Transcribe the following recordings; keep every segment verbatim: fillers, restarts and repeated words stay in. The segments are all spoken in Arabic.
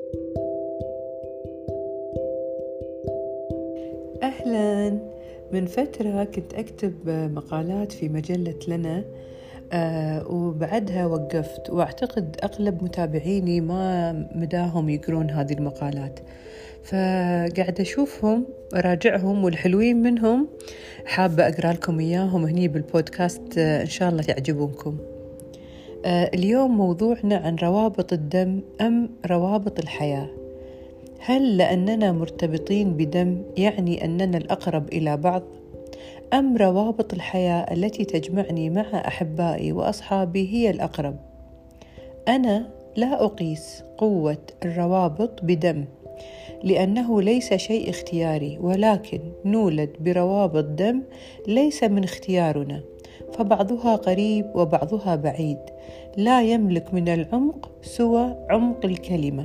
أهلاً. من فترة كنت أكتب مقالات في مجلة لنا آه وبعدها وقفت، وأعتقد أغلب متابعيني ما مداهم يقرون هذه المقالات، فقاعدة أشوفهم أراجعهم، والحلوين منهم حابة أقرأ لكم إياهم هني بالبودكاست، آه إن شاء الله يعجبونكم. آه اليوم موضوعنا عن روابط الدم أم روابط الحياة. هل لأننا مرتبطين بدم يعني أننا الأقرب إلى بعض؟ أم روابط الحياة التي تجمعني مع أحبائي وأصحابي هي الأقرب؟ أنا لا أقيس قوة الروابط بدم، لأنه ليس شيء اختياري، ولكن نولد بروابط دم ليس من اختيارنا، فبعضها قريب وبعضها بعيد، لا يملك من العمق سوى عمق الكلمة.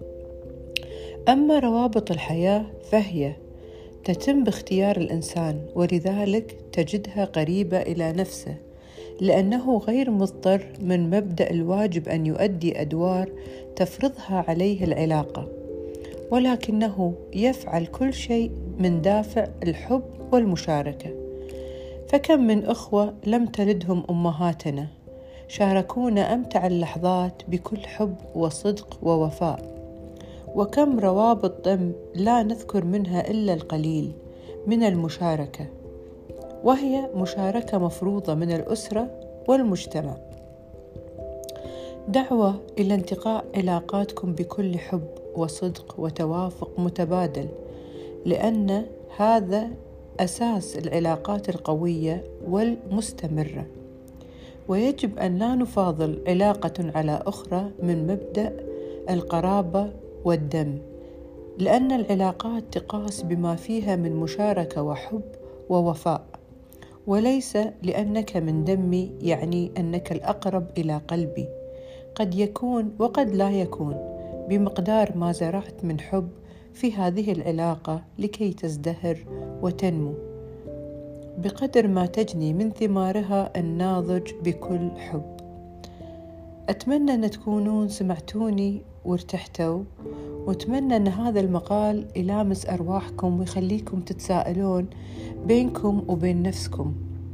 أما روابط الحياة فهي تتم باختيار الإنسان، ولذلك تجدها قريبة إلى نفسه، لأنه غير مضطر من مبدأ الواجب أن يؤدي أدوار تفرضها عليه العلاقة، ولكنه يفعل كل شيء من دافع الحب والمشاركة. فكم من أخوة لم تلدهم أمهاتنا شاركونا أمتع اللحظات بكل حب وصدق ووفاء، وكم روابط دم لا نذكر منها إلا القليل من المشاركة، وهي مشاركة مفروضة من الأسرة والمجتمع. دعوة إلى انتقاء علاقاتكم بكل حب وصدق وتوافق متبادل، لأن هذا أساس العلاقات القوية والمستمرة، ويجب أن لا نفاضل علاقة على أخرى من مبدأ القرابة والدم، لأن العلاقات تقاس بما فيها من مشاركة وحب ووفاء، وليس لأنك من دمي يعني أنك الأقرب إلى قلبي. قد يكون وقد لا يكون، بمقدار ما زرعت من حب في هذه العلاقة لكي تزدهر وتنمو، بقدر ما تجني من ثمارها الناضج بكل حب. أتمنى أن تكونون سمعتوني وارتحتوا، وأتمنى أن هذا المقال يلامس أرواحكم ويخليكم تتساءلون بينكم وبين نفسكم: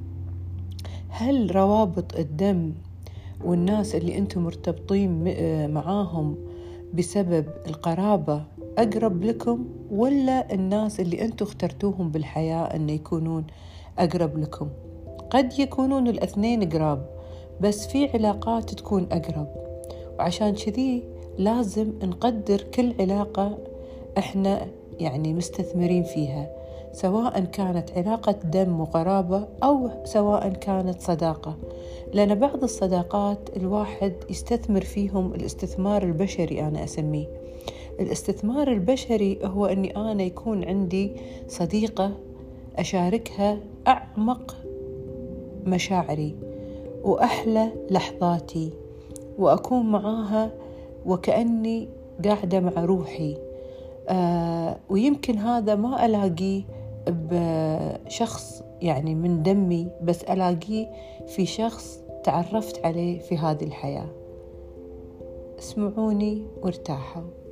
هل روابط الدم والناس اللي أنتم مرتبطين معاهم بسبب القرابة أقرب لكم، ولا الناس اللي أنتم اخترتوهم بالحياة أن يكونون أقرب لكم؟ قد يكونون الاثنين قراب، بس في علاقات تكون أقرب، وعشان كذي لازم نقدر كل علاقة إحنا يعني مستثمرين فيها، سواء كانت علاقة دم وقرابة أو سواء كانت صداقة، لأن بعض الصداقات الواحد يستثمر فيهم الاستثمار البشري. أنا أسميه الاستثمار البشري هو أني أنا يكون عندي صديقة أشاركها أعمق مشاعري وأحلى لحظاتي، وأكون معاها وكأني قاعدة مع روحي. آه ويمكن هذا ما ألاقيه بشخص يعني من دمي، بس ألاقيه في شخص تعرفت عليه في هذه الحياة. اسمعوني وارتاحوا.